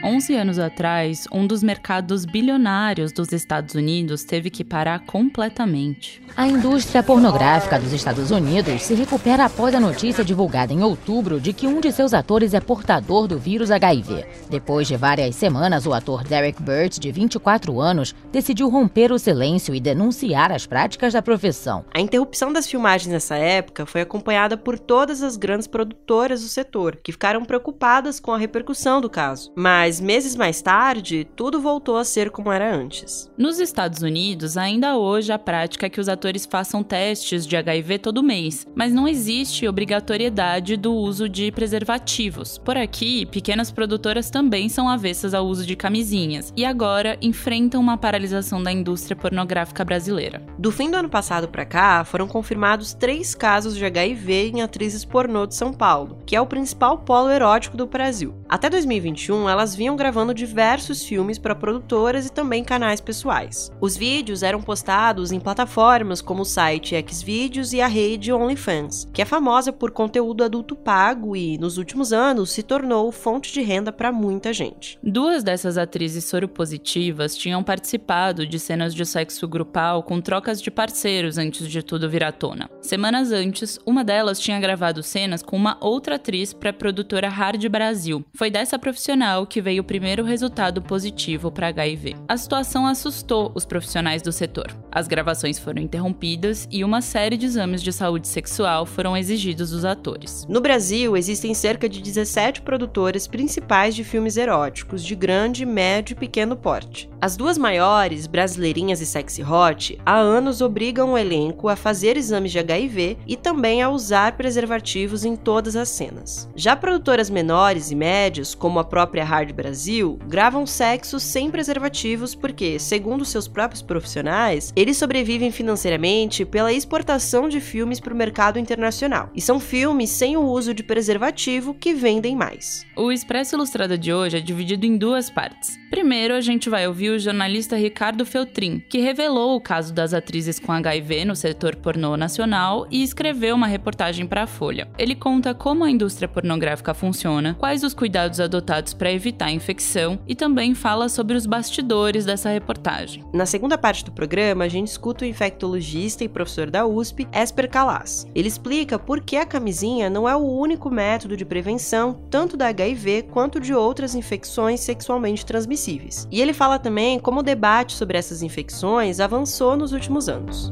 11 anos atrás, um dos mercados bilionários dos Estados Unidos teve que parar completamente. A indústria pornográfica dos Estados Unidos se recupera após a notícia divulgada em outubro de que um de seus atores é portador do vírus HIV. Depois de várias semanas, o ator Derek Burt, de 24 anos, decidiu romper o silêncio e denunciar as práticas da profissão. A interrupção das filmagens nessa época foi acompanhada por todas as grandes produtoras do setor, que ficaram preocupadas com a repercussão do caso. Mas meses mais tarde, tudo voltou a ser como era antes. Nos Estados Unidos, ainda hoje a prática é que os atores façam testes de HIV todo mês, mas não existe obrigatoriedade do uso de preservativos. Por aqui, pequenas produtoras também são avessas ao uso de camisinhas e agora enfrentam uma paralisação da indústria pornográfica brasileira. Do fim do ano passado para cá, foram confirmados 3 casos de HIV em atrizes pornô de São Paulo, que é o principal polo erótico do Brasil. Até 2021, elas vinham gravando diversos filmes para produtoras e também canais pessoais. Os vídeos eram postados em plataformas como o site Xvideos e a rede OnlyFans, que é famosa por conteúdo adulto pago e, nos últimos anos, se tornou fonte de renda para muita gente. 2 dessas atrizes soropositivas tinham participado de cenas de sexo grupal com trocas de parceiros antes de tudo vir à tona. Semanas antes, uma delas tinha gravado cenas com uma outra atriz para a produtora Hard Brasil. Foi dessa profissional que veio o primeiro resultado positivo para HIV. A situação assustou os profissionais do setor. As gravações foram interrompidas e uma série de exames de saúde sexual foram exigidos dos atores. No Brasil, existem cerca de 17 produtoras principais de filmes eróticos de grande, médio e pequeno porte. As 2 maiores, Brasileirinhas e Sexy Hot, há anos obrigam o elenco a fazer exames de HIV e também a usar preservativos em todas as cenas. Já produtoras menores e médias, como a própria Hard Brasil, gravam sexo sem preservativos porque, segundo seus próprios profissionais, eles sobrevivem financeiramente pela exportação de filmes para o mercado internacional. E são filmes sem o uso de preservativo que vendem mais. O Expresso Ilustrado de hoje é dividido em 2 partes. Primeiro, a gente vai ouvir o jornalista Ricardo Feltrin, que revelou o caso das atrizes com HIV no setor pornô nacional e escreveu uma reportagem para a Folha. Ele conta como a indústria pornográfica funciona, quais os cuidados adotados para evitar a infecção e também fala sobre os bastidores dessa reportagem. Na segunda parte do programa, a gente escuta o infectologista e professor da USP, Esper Calas. Ele explica por que a camisinha não é o único método de prevenção, tanto da HIV quanto de outras infecções sexualmente transmissíveis. E ele fala também como o debate sobre essas infecções avançou nos últimos anos.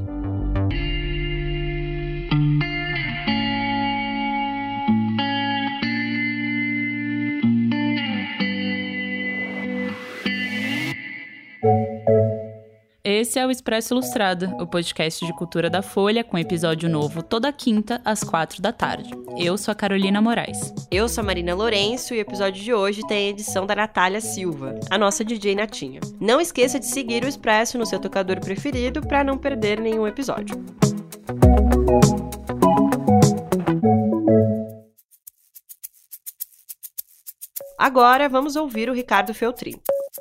Esse é o Expresso Ilustrado, o podcast de cultura da Folha, com episódio novo toda quinta, às 4 da tarde. Eu sou a Carolina Moraes. Eu sou a Marina Lourenço e o episódio de hoje tem a edição da Natália Silva, a nossa DJ Natinha. Não esqueça de seguir o Expresso no seu tocador preferido para não perder nenhum episódio. Agora vamos ouvir o Ricardo Feltrin.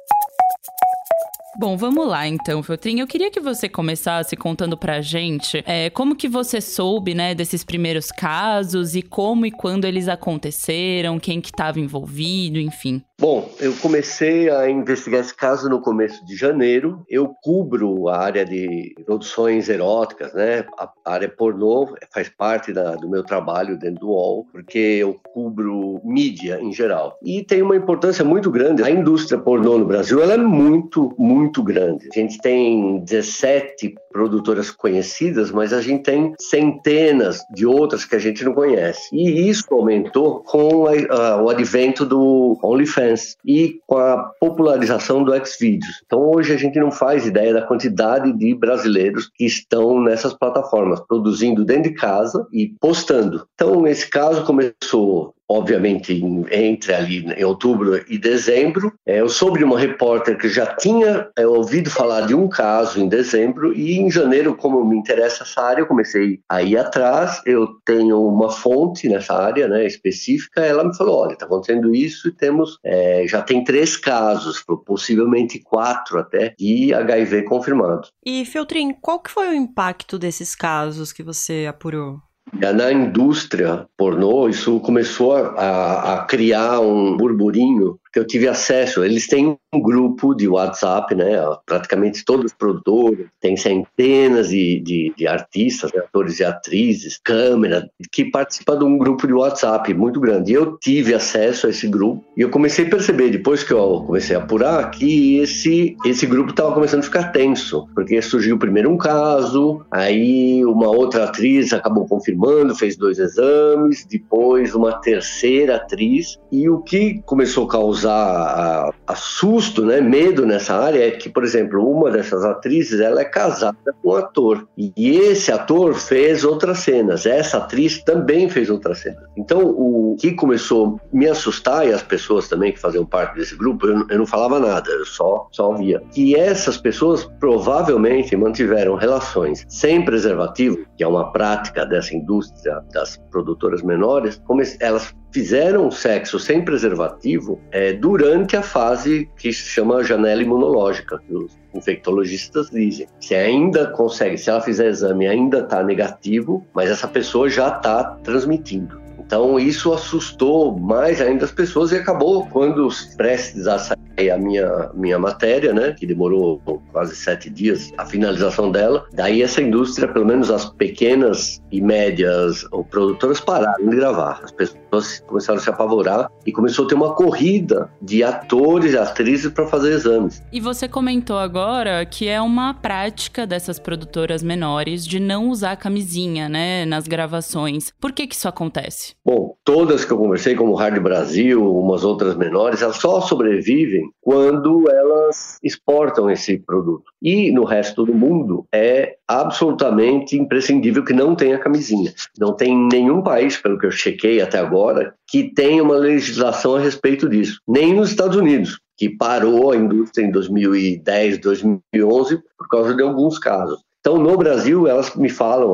Bom, vamos lá então, Feltrin. Eu queria que você começasse contando pra gente como que você soube, né, desses primeiros casos e como e quando eles aconteceram, quem que estava envolvido, enfim. Bom, eu comecei a investigar esse caso no começo de janeiro. Eu cubro a área de produções eróticas, né? A área pornô faz parte do meu trabalho dentro do UOL, porque eu cubro mídia em geral. E tem uma importância muito grande. A indústria pornô no Brasil, ela é muito, muito grande. A gente tem 17 produtoras conhecidas, mas a gente tem centenas de outras que a gente não conhece. E isso aumentou com o advento do OnlyFans e com a popularização do Xvideos. Então hoje a gente não faz ideia da quantidade de brasileiros que estão nessas plataformas, produzindo dentro de casa e postando. Então esse caso começou obviamente entre ali em outubro e dezembro. Eu soube de uma repórter que já tinha ouvido falar de um caso em dezembro e em janeiro, como me interessa essa área, eu comecei a ir atrás. Eu tenho uma fonte nessa área, né, específica. Ela me falou, olha, está acontecendo isso e temos, já tem 3 casos, possivelmente 4 até, de HIV confirmados. E, Feltrin, qual que foi o impacto desses casos que você apurou? Na indústria pornô, isso começou a criar um burburinho que eu tive acesso. Eles têm um grupo de WhatsApp, né? Praticamente todos os produtores, tem centenas de artistas, né? Atores e atrizes, câmera, que participam de um grupo de WhatsApp muito grande. E eu tive acesso a esse grupo e eu comecei a perceber, depois que eu comecei a apurar, que esse grupo estava começando a ficar tenso, porque surgiu primeiro um caso, aí uma outra atriz acabou confirmando, fez 2 exames, depois uma terceira atriz, e o que começou a causar susto, né, medo nessa área é que, por exemplo, uma dessas atrizes, ela é casada com um ator, e esse ator fez outras cenas, essa atriz também fez outras cenas. Então, o que começou a me assustar, e as pessoas também que faziam parte desse grupo, eu não falava nada, eu só via, que essas pessoas provavelmente mantiveram relações sem preservativo, que é uma prática dessa indústria das produtoras menores, como elas fizeram sexo sem preservativo durante a fase que se chama janela imunológica, que os infectologistas dizem. Se ela fizer exame, ainda está negativo, mas essa pessoa já está transmitindo. Então isso assustou mais ainda as pessoas e acabou, quando prestes a sair a minha matéria, né, que demorou quase 7 dias, a finalização dela, daí essa indústria, pelo menos as pequenas e médias ou produtoras, pararam de gravar. As pessoas começaram a se apavorar e começou a ter uma corrida de atores e atrizes para fazer exames. E você comentou agora que é uma prática dessas produtoras menores de não usar camisinha, né, nas gravações. Por que isso acontece? Bom, todas que eu conversei, como Hard Brasil, umas outras menores, elas só sobrevivem quando elas exportam esse produto. E no resto do mundo é absolutamente imprescindível que não tenha camisinha. Não tem nenhum país, pelo que eu chequei até agora, que tenha uma legislação a respeito disso. Nem nos Estados Unidos, que parou a indústria em 2010, 2011, por causa de alguns casos. Então, no Brasil, elas me falam,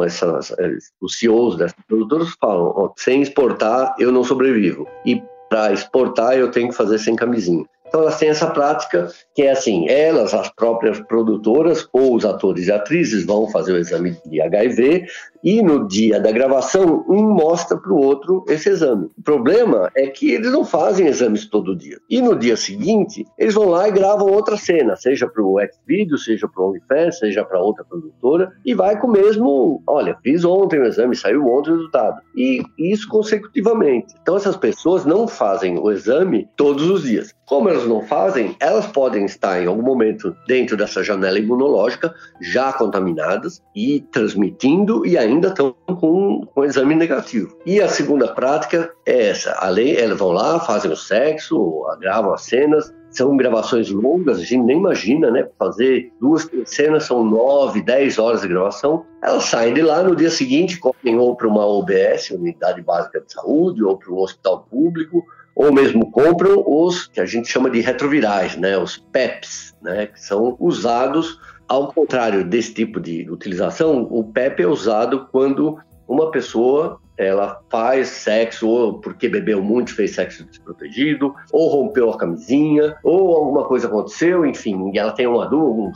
os CEOs dessas produtoras falam, sem exportar eu não sobrevivo. E para exportar eu tenho que fazer sem camisinha. Então elas têm essa prática que é assim, elas, as próprias produtoras ou os atores e atrizes vão fazer o exame de HIV e no dia da gravação um mostra para o outro esse exame. O problema é que eles não fazem exames todo dia. E no dia seguinte eles vão lá e gravam outra cena, seja para o Xvideos, seja para o OnlyFans, seja para outra produtora e vai com o mesmo, olha, fiz ontem o exame, saiu ontem o resultado. E isso consecutivamente. Então essas pessoas não fazem o exame todos os dias. Como elas não fazem, elas podem estar em algum momento dentro dessa janela imunológica já contaminadas e transmitindo e ainda estão com exame negativo. E a segunda prática é essa. Elas vão lá, fazem o sexo, gravam as cenas. São gravações longas, a gente nem imagina, né? Fazer 2 cenas são 9, 10 horas de gravação. Elas saem de lá, no dia seguinte correm ou para uma OBS, Unidade Básica de Saúde, ou para um hospital público, ou mesmo compram os que a gente chama de retrovirais, né? Os PEPs, né? Que são usados, ao contrário desse tipo de utilização, o PEP é usado quando uma pessoa ela faz sexo ou porque bebeu muito, fez sexo desprotegido, ou rompeu a camisinha, ou alguma coisa aconteceu, enfim, e ela tem uma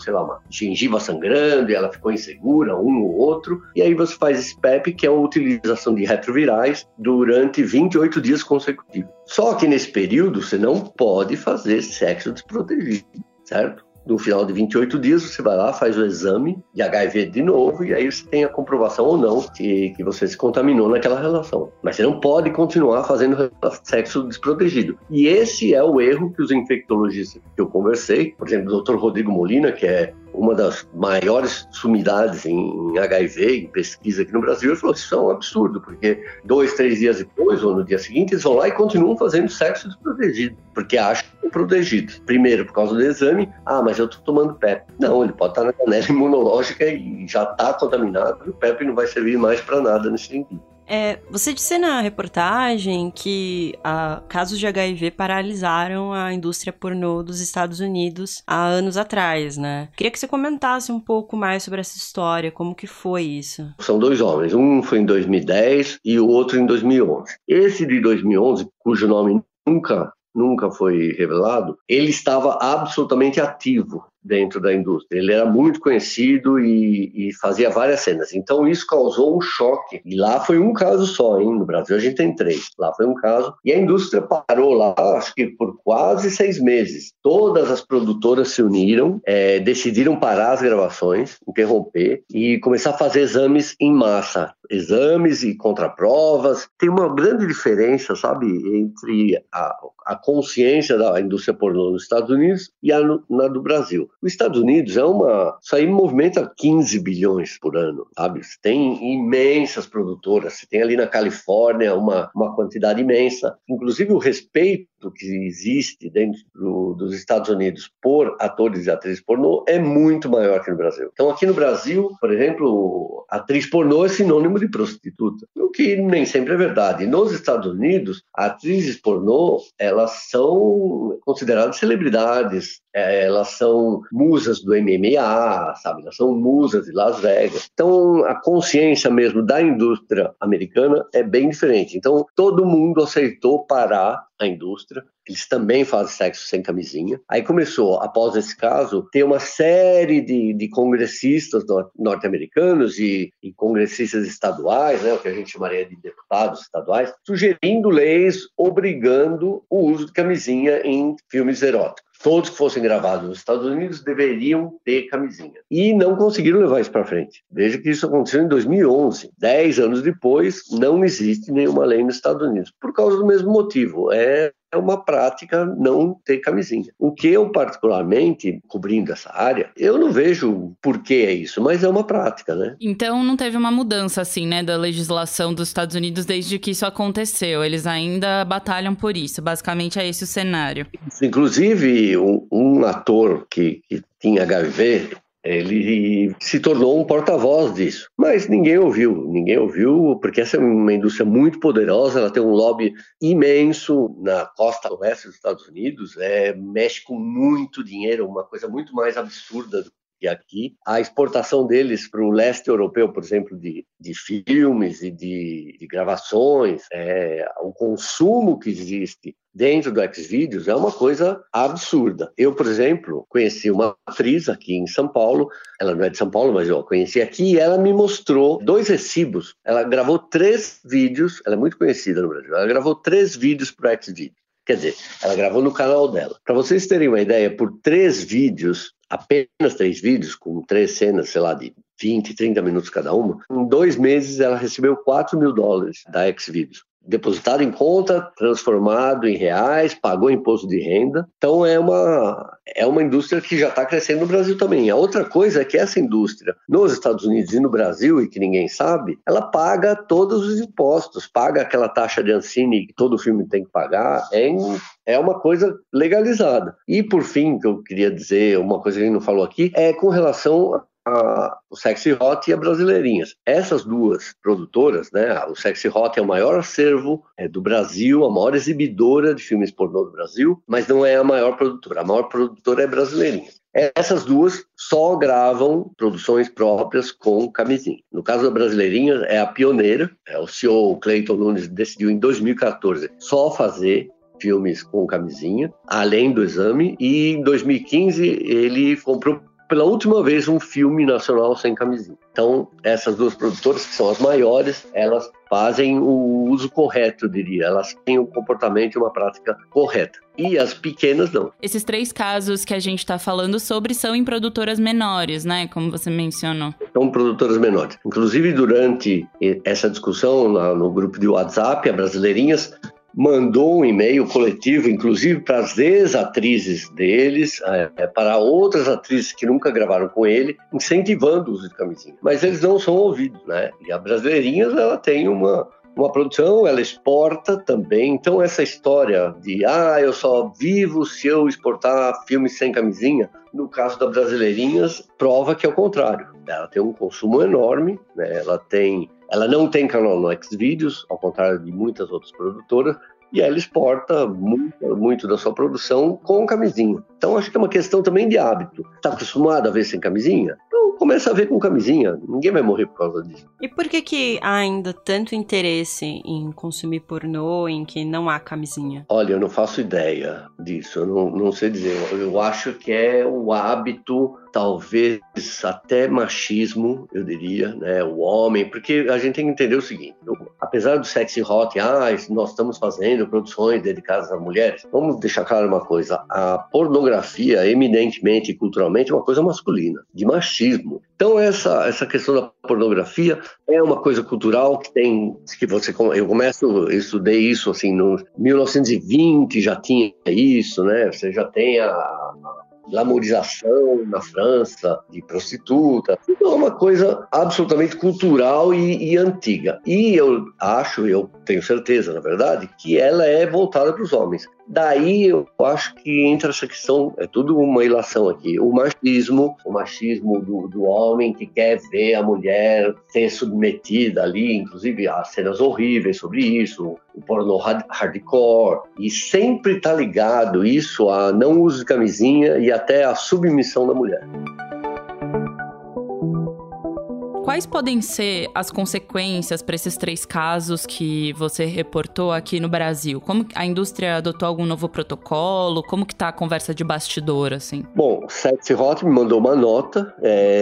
gengiva sangrando, e ela ficou insegura, um ou outro, e aí você faz esse PEP, que é uma utilização de retrovirais durante 28 dias consecutivos. Só que nesse período você não pode fazer sexo desprotegido, certo? No final de 28 dias, você vai lá, faz o exame de HIV de novo e aí você tem a comprovação ou não que você se contaminou naquela relação. Mas você não pode continuar fazendo sexo desprotegido. E esse é o erro que os infectologistas que eu conversei, por exemplo, o Dr. Rodrigo Molina, que é uma das maiores sumidades em HIV, em pesquisa aqui no Brasil, ele falou que isso é um absurdo, porque 2, 3 dias depois, ou no dia seguinte, eles vão lá e continuam fazendo sexo desprotegido, porque acham protegidos. Primeiro, por causa do exame, mas eu estou tomando PEP. Não, ele pode estar na janela imunológica e já está contaminado, e o PEP não vai servir mais para nada nesse sentido. Você disse na reportagem que casos de HIV paralisaram a indústria pornô dos Estados Unidos há anos atrás, né? Queria que você comentasse um pouco mais sobre essa história, como que foi isso? São 2 homens, um foi em 2010 e o outro em 2011. Esse de 2011, cujo nome nunca foi revelado, ele estava absolutamente ativo dentro da indústria. Ele era muito conhecido e fazia várias cenas. Então isso causou um choque. E lá foi um caso só, hein? No Brasil a gente tem 3. Lá foi um caso. E a indústria parou lá, acho que por quase 6 meses. Todas as produtoras se uniram, decidiram parar as gravações, interromper e começar a fazer exames em massa. Exames e contraprovas. Tem uma grande diferença, sabe, entre a consciência da indústria pornô nos Estados Unidos e na do Brasil. Os Estados Unidos isso aí movimenta 15 bilhões por ano, sabe? Você tem imensas produtoras, você tem ali na Califórnia uma quantidade imensa. Inclusive o respeito que existe dentro dos Estados Unidos por atores e atrizes pornô é muito maior que no Brasil. Então aqui no Brasil, por exemplo, atriz pornô é sinônimo de prostituta, o que nem sempre é verdade. Nos Estados Unidos, atrizes pornô, elas são consideradas celebridades, elas são musas do MMA, sabe? Elas são musas de Las Vegas. Então, a consciência mesmo da indústria americana é bem diferente. Então, todo mundo aceitou parar a indústria. Eles também fazem sexo sem camisinha. Aí começou, após esse caso, ter uma série de congressistas norte-americanos e congressistas estaduais, né, o que a gente chamaria de deputados estaduais, sugerindo leis obrigando o uso de camisinha em filmes eróticos. Todos que fossem gravados nos Estados Unidos deveriam ter camisinha. E não conseguiram levar isso para frente. Veja que isso aconteceu em 2011. 10 anos depois, não existe nenhuma lei nos Estados Unidos. Por causa do mesmo motivo. É uma prática não ter camisinha. O que eu, particularmente, cobrindo essa área, eu não vejo por que é isso, mas é uma prática, né? Então não teve uma mudança, assim, né, da legislação dos Estados Unidos desde que isso aconteceu. Eles ainda batalham por isso. Basicamente é esse o cenário. Inclusive, um ator que tinha HIV, ele se tornou um porta-voz disso. Mas ninguém ouviu, porque essa é uma indústria muito poderosa, ela tem um lobby imenso na costa oeste dos Estados Unidos, mexe com muito dinheiro, uma coisa muito mais absurda do que aqui. A exportação deles para o leste europeu, por exemplo, de filmes e de gravações, o consumo que existe dentro do Xvideos é uma coisa absurda. Eu, por exemplo, conheci uma atriz aqui em São Paulo, ela não é de São Paulo, mas eu a conheci aqui, e ela me mostrou 2 recibos. Ela gravou 3 vídeos, ela é muito conhecida no Brasil, ela gravou 3 vídeos para o Xvideos. Quer dizer, ela gravou no canal dela. Para vocês terem uma ideia, por 3 vídeos, apenas 3 vídeos, com 3 cenas, sei lá, de 20, 30 minutos cada uma, em 2 meses ela recebeu $4 mil da Xvideos. Depositado em conta, transformado em reais, pagou imposto de renda. Então é uma indústria que já está crescendo no Brasil também. A outra coisa é que essa indústria nos Estados Unidos e no Brasil, e que ninguém sabe, ela paga todos os impostos, paga aquela taxa de Ancine que todo filme tem que pagar, é uma coisa legalizada. E por fim, que eu queria dizer, uma coisa que a gente não falou aqui, é com relação o Sexy Hot e a Brasileirinhas. Essas 2 produtoras, né, o Sexy Hot é o maior acervo do Brasil, a maior exibidora de filmes pornô do Brasil, mas não é a maior produtora. A maior produtora é Brasileirinhas. Essas 2 só gravam produções próprias com camisinha. No caso da Brasileirinhas, é a pioneira. O CEO Clayton Nunes decidiu em 2014 só fazer filmes com camisinha, além do exame, e em 2015 ele comprou pela última vez um filme nacional sem camisinha. Então, essas 2 produtoras, que são as maiores, elas fazem o uso correto, eu diria. Elas têm um comportamento e uma prática correta. E as pequenas não. Esses 3 casos que a gente está falando sobre são em produtoras menores, né? Como você mencionou. São produtoras menores. Inclusive, durante essa discussão no grupo de WhatsApp, a Brasileirinhas mandou um e-mail coletivo, inclusive para as ex-atrizes deles, para outras atrizes que nunca gravaram com ele, incentivando o uso de camisinha. Mas eles não são ouvidos, né? E a Brasileirinhas, ela tem uma produção, ela exporta também. Então essa história de eu só vivo se eu exportar filmes sem camisinha, no caso da Brasileirinhas, prova que é o contrário. Ela tem um consumo enorme, né? Ela não tem canal no Xvideos, ao contrário de muitas outras produtoras, e ela exporta muito da sua produção com camisinha. Então, acho que é uma questão também de hábito. Está acostumado a ver sem camisinha? Então, então começa a ver com camisinha. Ninguém vai morrer por causa disso. E por que há ainda tanto interesse em consumir pornô em que não há camisinha? Olha, eu não faço ideia disso, eu não sei dizer. Eu acho que é o hábito, talvez até machismo, eu diria, né? O homem, porque a gente tem que entender o seguinte, apesar do sexy hot, nós estamos fazendo produções dedicadas a mulheres, vamos deixar claro uma coisa, a pornografia, eminentemente e culturalmente, é uma coisa masculina, de machismo. Então essa questão da pornografia é uma coisa cultural eu estudei isso assim no 1920, já tinha isso, né? Você já tem a glamourização na França de prostituta. Então é uma coisa absolutamente cultural e antiga. E eu tenho certeza, na verdade, que ela é voltada para os homens. Daí eu acho que entra essa questão, é tudo uma ilação aqui, o machismo do homem que quer ver a mulher ser submetida ali, inclusive há cenas horríveis sobre isso, o pornô hardcore, e sempre está ligado isso a não uso de camisinha e até a submissão da mulher. Quais podem ser as consequências para esses 3 casos que você reportou aqui no Brasil? Como a indústria adotou algum novo protocolo? Como que tá a conversa de bastidor, assim? Bom, Sexy Hot me mandou uma nota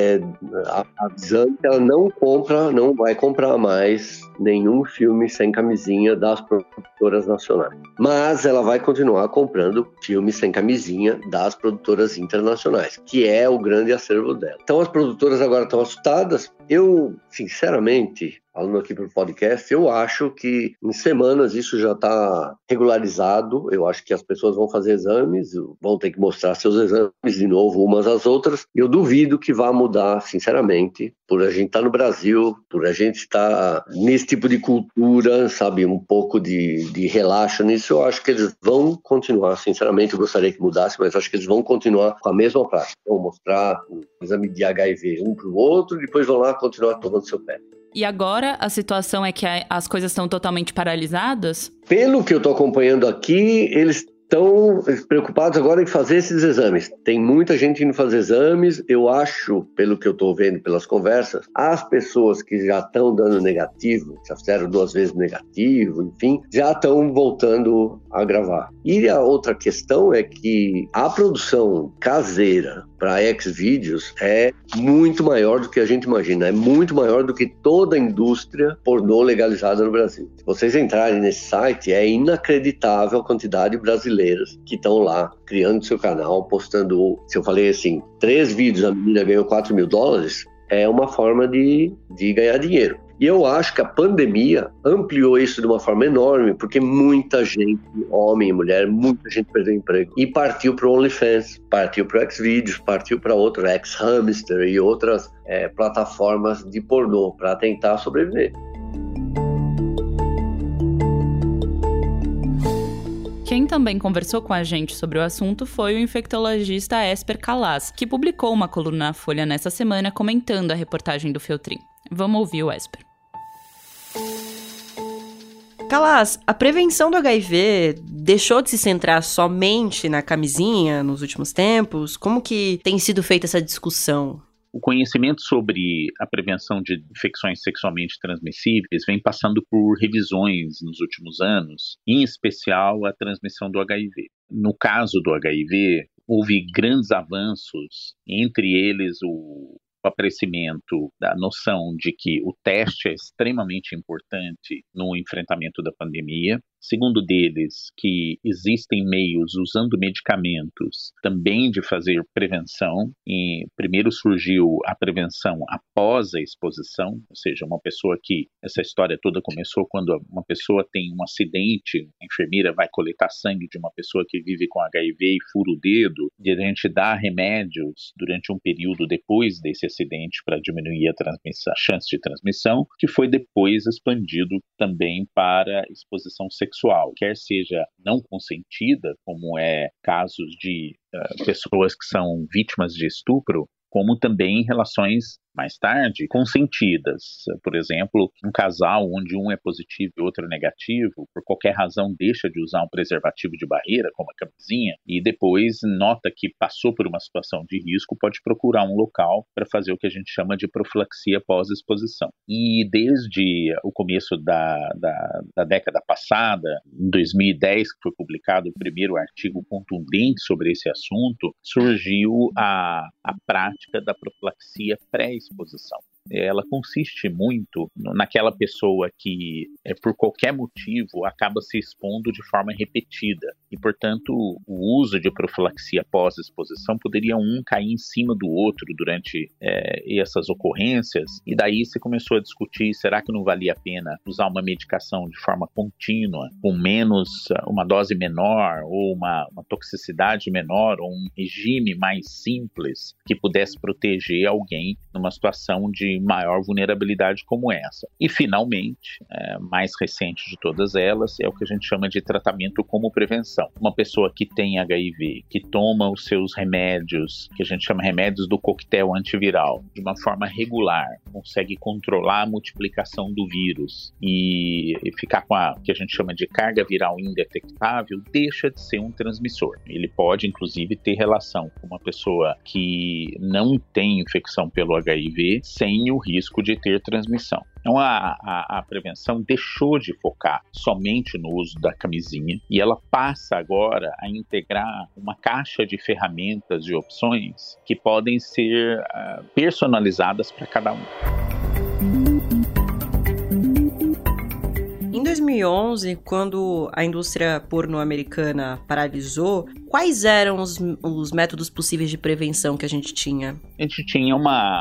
avisando que ela não vai comprar mais nenhum filme sem camisinha das produtoras nacionais. Mas ela vai continuar comprando filmes sem camisinha das produtoras internacionais, que é o grande acervo dela. Então as produtoras agora estão assustadas. Eu, sinceramente, falando aqui para o podcast, eu acho que em semanas isso já está regularizado. Eu acho que as pessoas vão fazer exames, vão ter que mostrar seus exames de novo umas às outras. Eu duvido que vá mudar, sinceramente, por a gente estar no Brasil, por a gente estar nesse tipo de cultura, sabe, um pouco de relaxo nisso. Eu acho que eles vão continuar, sinceramente, eu gostaria que mudasse, mas acho que eles vão continuar com a mesma prática. Vão mostrar o exame de HIV um para o outro e depois vão lá continuar tomando seu pé. E agora a situação é que as coisas estão totalmente paralisadas? Pelo que eu estou acompanhando aqui, eles estão preocupados agora em fazer esses exames. Tem muita gente indo fazer exames. Eu acho, pelo que eu estou vendo pelas conversas, as pessoas que já estão dando negativo, já fizeram 2 vezes negativo, enfim, já estão voltando a gravar. E a outra questão é que a produção caseira para Xvideos é muito maior do que a gente imagina, é muito maior do que toda a indústria pornô legalizada no Brasil. Se vocês entrarem nesse site, é inacreditável a quantidade de brasileiras que estão lá criando seu canal, postando, se eu falei assim, 3 vídeos, a menina ganhou $4.000, é uma forma de ganhar dinheiro. E eu acho que a pandemia ampliou isso de uma forma enorme, porque muita gente, homem e mulher, muita gente perdeu emprego. E partiu para o OnlyFans, partiu para o Xvideos, partiu para outro Xhamster e outras plataformas de pornô para tentar sobreviver. Quem também conversou com a gente sobre o assunto foi o infectologista Esper Calas, que publicou uma coluna na Folha nessa semana comentando a reportagem do Feltrin. Vamos ouvir o Esper. Calas, a prevenção do HIV deixou de se centrar somente na camisinha nos últimos tempos? Como que tem sido feita essa discussão? O conhecimento sobre a prevenção de infecções sexualmente transmissíveis vem passando por revisões nos últimos anos, em especial a transmissão do HIV. No caso do HIV, houve grandes avanços, entre eles o aparecimento da noção de que o teste é extremamente importante no enfrentamento da pandemia. Segundo deles, que existem meios usando medicamentos também de fazer prevenção. E primeiro surgiu a prevenção após a exposição, ou seja, uma pessoa que, essa história toda começou quando uma pessoa tem um acidente, a enfermeira vai coletar sangue de uma pessoa que vive com HIV e fura o dedo, e a gente dá remédios durante um período depois desse acidente para diminuir a chance de transmissão, que foi depois expandido também para exposição sexual, quer seja não consentida, como casos de pessoas que são vítimas de estupro, como também relações mais tarde, consentidas. Por exemplo, um casal onde um é positivo e outro é negativo, por qualquer razão deixa de usar um preservativo de barreira, como a camisinha, e depois nota que passou por uma situação de risco, pode procurar um local para fazer o que a gente chama de profilaxia pós-exposição. E desde o começo da década passada, em 2010, que foi publicado o primeiro artigo contundente sobre esse assunto, surgiu a prática da profilaxia pré-exposição. Ela consiste muito naquela pessoa que, por qualquer motivo, acaba se expondo de forma repetida. E, portanto, o uso de profilaxia pós-exposição poderia cair em cima do outro durante essas ocorrências. E daí se começou a discutir, será que não valia a pena usar uma medicação de forma contínua, com uma dose menor, ou uma toxicidade menor, ou um regime mais simples que pudesse proteger alguém numa situação de maior vulnerabilidade como essa. E, finalmente, mais recente de todas elas, é o que a gente chama de tratamento como prevenção. Uma pessoa que tem HIV, que toma os seus remédios, que a gente chama remédios do coquetel antiviral, de uma forma regular, consegue controlar a multiplicação do vírus e ficar com a que a gente chama de carga viral indetectável, deixa de ser um transmissor. Ele pode, inclusive, ter relação com uma pessoa que não tem infecção pelo HIV sem o risco de ter transmissão. Então a prevenção deixou de focar somente no uso da camisinha e ela passa agora a integrar uma caixa de ferramentas e opções que podem ser personalizadas para cada um. Em 2011, quando a indústria pornô americana paralisou, quais eram os métodos possíveis de prevenção que a gente tinha? A gente tinha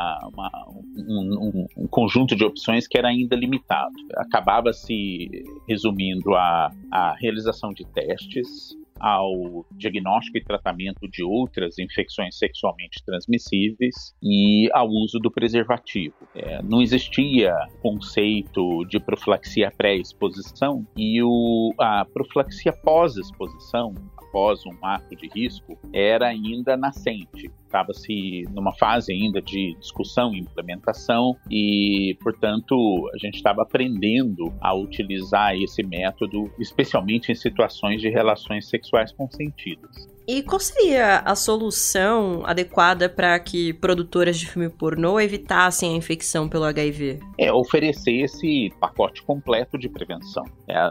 um conjunto de opções que era ainda limitado. Acabava se resumindo à realização de testes, ao diagnóstico e tratamento de outras infecções sexualmente transmissíveis e ao uso do preservativo. Não existia conceito de profilaxia pré-exposição e a profilaxia pós-exposição, após um ato de risco, era ainda nascente. Estava-se numa fase ainda de discussão e implementação e, portanto, a gente estava aprendendo a utilizar esse método, especialmente em situações de relações sexuais consentidas. E qual seria a solução adequada para que produtoras de filme pornô evitassem a infecção pelo HIV? Oferecer esse pacote completo de prevenção.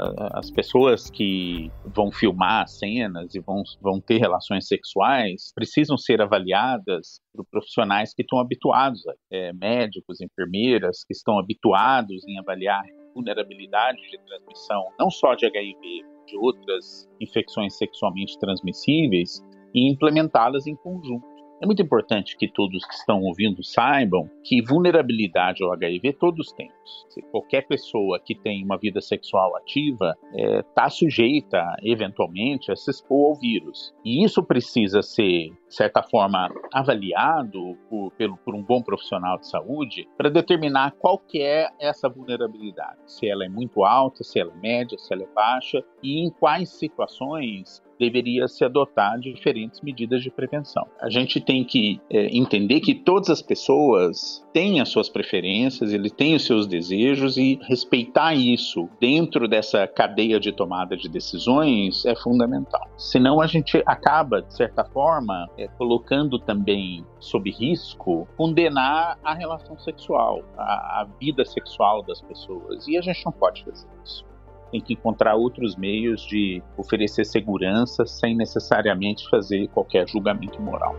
As pessoas que vão filmar cenas e vão ter relações sexuais precisam ser avaliadas por profissionais que estão habituados, médicos, enfermeiras, que estão habituados em avaliar vulnerabilidade de transmissão, não só de HIV, de outras infecções sexualmente transmissíveis, e implementá-las em conjunto. É muito importante que todos que estão ouvindo saibam que vulnerabilidade ao HIV todos temos. Qualquer pessoa que tem uma vida sexual ativa está sujeita, eventualmente, a se expor ao vírus. E isso precisa ser, de certa forma, avaliado por um bom profissional de saúde para determinar qual que é essa vulnerabilidade. Se ela é muito alta, se ela é média, se ela é baixa e em quais situações deveria se adotar diferentes medidas de prevenção. A gente tem que entender que todas as pessoas têm as suas preferências, eles têm os seus desejos e respeitar isso dentro dessa cadeia de tomada de decisões é fundamental. Senão a gente acaba, de certa forma, colocando também sob risco condenar a relação sexual, a vida sexual das pessoas. E a gente não pode fazer isso. Tem que encontrar outros meios de oferecer segurança sem necessariamente fazer qualquer julgamento moral.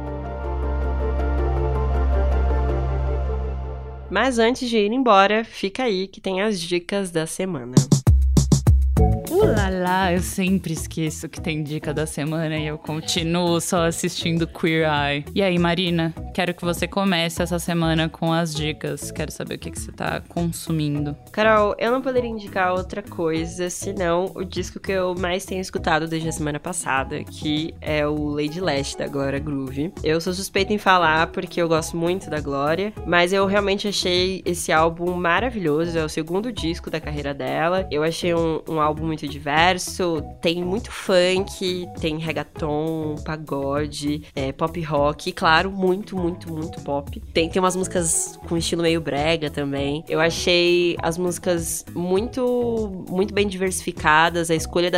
Mas antes de ir embora, fica aí que tem as dicas da semana. Ulala, eu sempre esqueço que tem dica da semana e eu continuo só assistindo Queer Eye. E aí, Marina, quero que você comece essa semana com as dicas. Quero saber o que você tá consumindo. Carol, eu não poderia indicar outra coisa senão o disco que eu mais tenho escutado desde a semana passada, que é o Lady Lash, da Glória Groove. Eu sou suspeita em falar porque eu gosto muito da Glória, mas eu realmente achei esse álbum maravilhoso. É o segundo disco da carreira dela. Eu achei um álbum muito diverso, gosto, tem muito funk, tem reggaeton, pagode, pop rock, e claro, muito, muito, muito pop. Tem umas músicas com estilo meio brega também. Eu achei as músicas muito, muito bem diversificadas, a escolha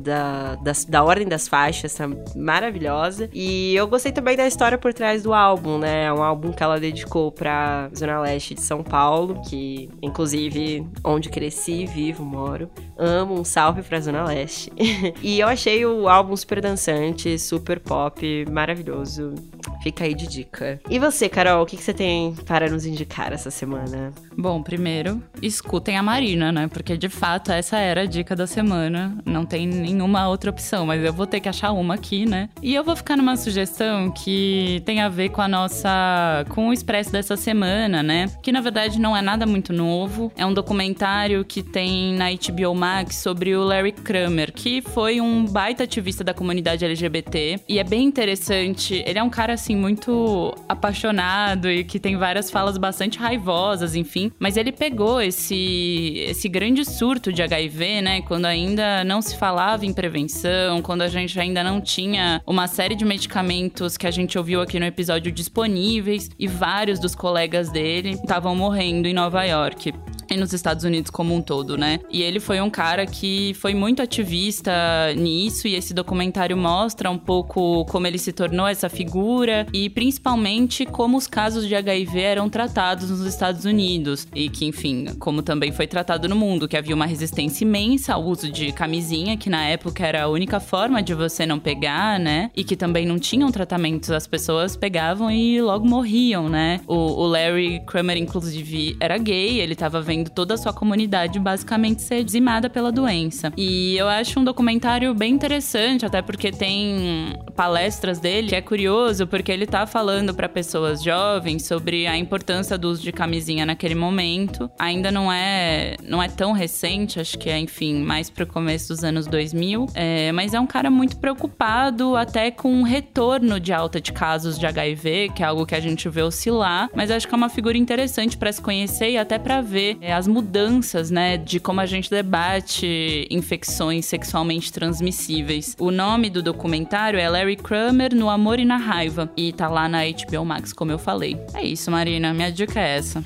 da ordem das faixas tá maravilhosa. E eu gostei também da história por trás do álbum, né? É um álbum que ela dedicou pra Zona Leste de São Paulo, que inclusive onde cresci, vivo, moro. Amo, um salve pra Zona Leste. E eu achei o álbum super dançante, super pop, maravilhoso. Fica aí de dica. E você, Carol, o que você tem para nos indicar essa semana? Bom, primeiro, escutem a Marina, né? Porque, de fato, essa era a dica da semana. Não tem nenhuma outra opção, mas eu vou ter que achar uma aqui, né? E eu vou ficar numa sugestão que tem a ver com o Expresso dessa semana, né? Que, na verdade, não é nada muito novo. É um documentário que tem na HBO Max sobre o Larry Kramer, que foi um baita ativista da comunidade LGBT. E é bem interessante. Ele é um cara, assim, muito apaixonado e que tem várias falas bastante raivosas, enfim. Mas ele pegou esse grande surto de HIV, né? Quando ainda não se falava em prevenção, quando a gente ainda não tinha uma série de medicamentos que a gente ouviu aqui no episódio disponíveis, e vários dos colegas dele estavam morrendo em Nova York. E nos Estados Unidos como um todo, né? E ele foi um cara que foi muito ativista nisso, e esse documentário mostra um pouco como ele se tornou essa figura e principalmente como os casos de HIV eram tratados nos Estados Unidos. E que, enfim, como também foi tratado no mundo, que havia uma resistência imensa ao uso de camisinha, que na época era a única forma de você não pegar, né? E que também não tinham tratamentos, as pessoas pegavam e logo morriam, né? O Larry Kramer, inclusive, era gay, ele tava vendo toda a sua comunidade basicamente ser dizimada pela doença. E eu acho um documentário bem interessante, até porque tem palestras dele, que é curioso, porque ele tá falando para pessoas jovens sobre a importância do uso de camisinha naquele momento. Ainda não é tão recente, acho que é, enfim, mais pro começo dos anos 2000, mas é um cara muito preocupado até com o retorno de alta de casos de HIV, que é algo que a gente vê oscilar, mas acho que é uma figura interessante para se conhecer e até para ver as mudanças, né, de como a gente debate infecções sexualmente transmissíveis. O nome do documentário é Larry Kramer no Amor e na Raiva, e tá lá na HBO Max, como eu falei. É isso, Marina, minha dica é essa.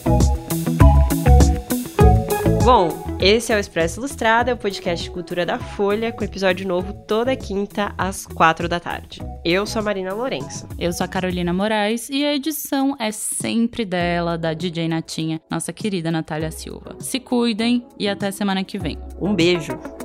Bom, esse é o Expresso Ilustrado, é o podcast de cultura da Folha, com episódio novo toda quinta às 4 da tarde. Eu sou a Marina Lourenço. Eu sou a Carolina Moraes e a edição é sempre dela, da DJ Natinha, nossa querida Natália Silva. Se cuidem e até semana que vem. Um beijo!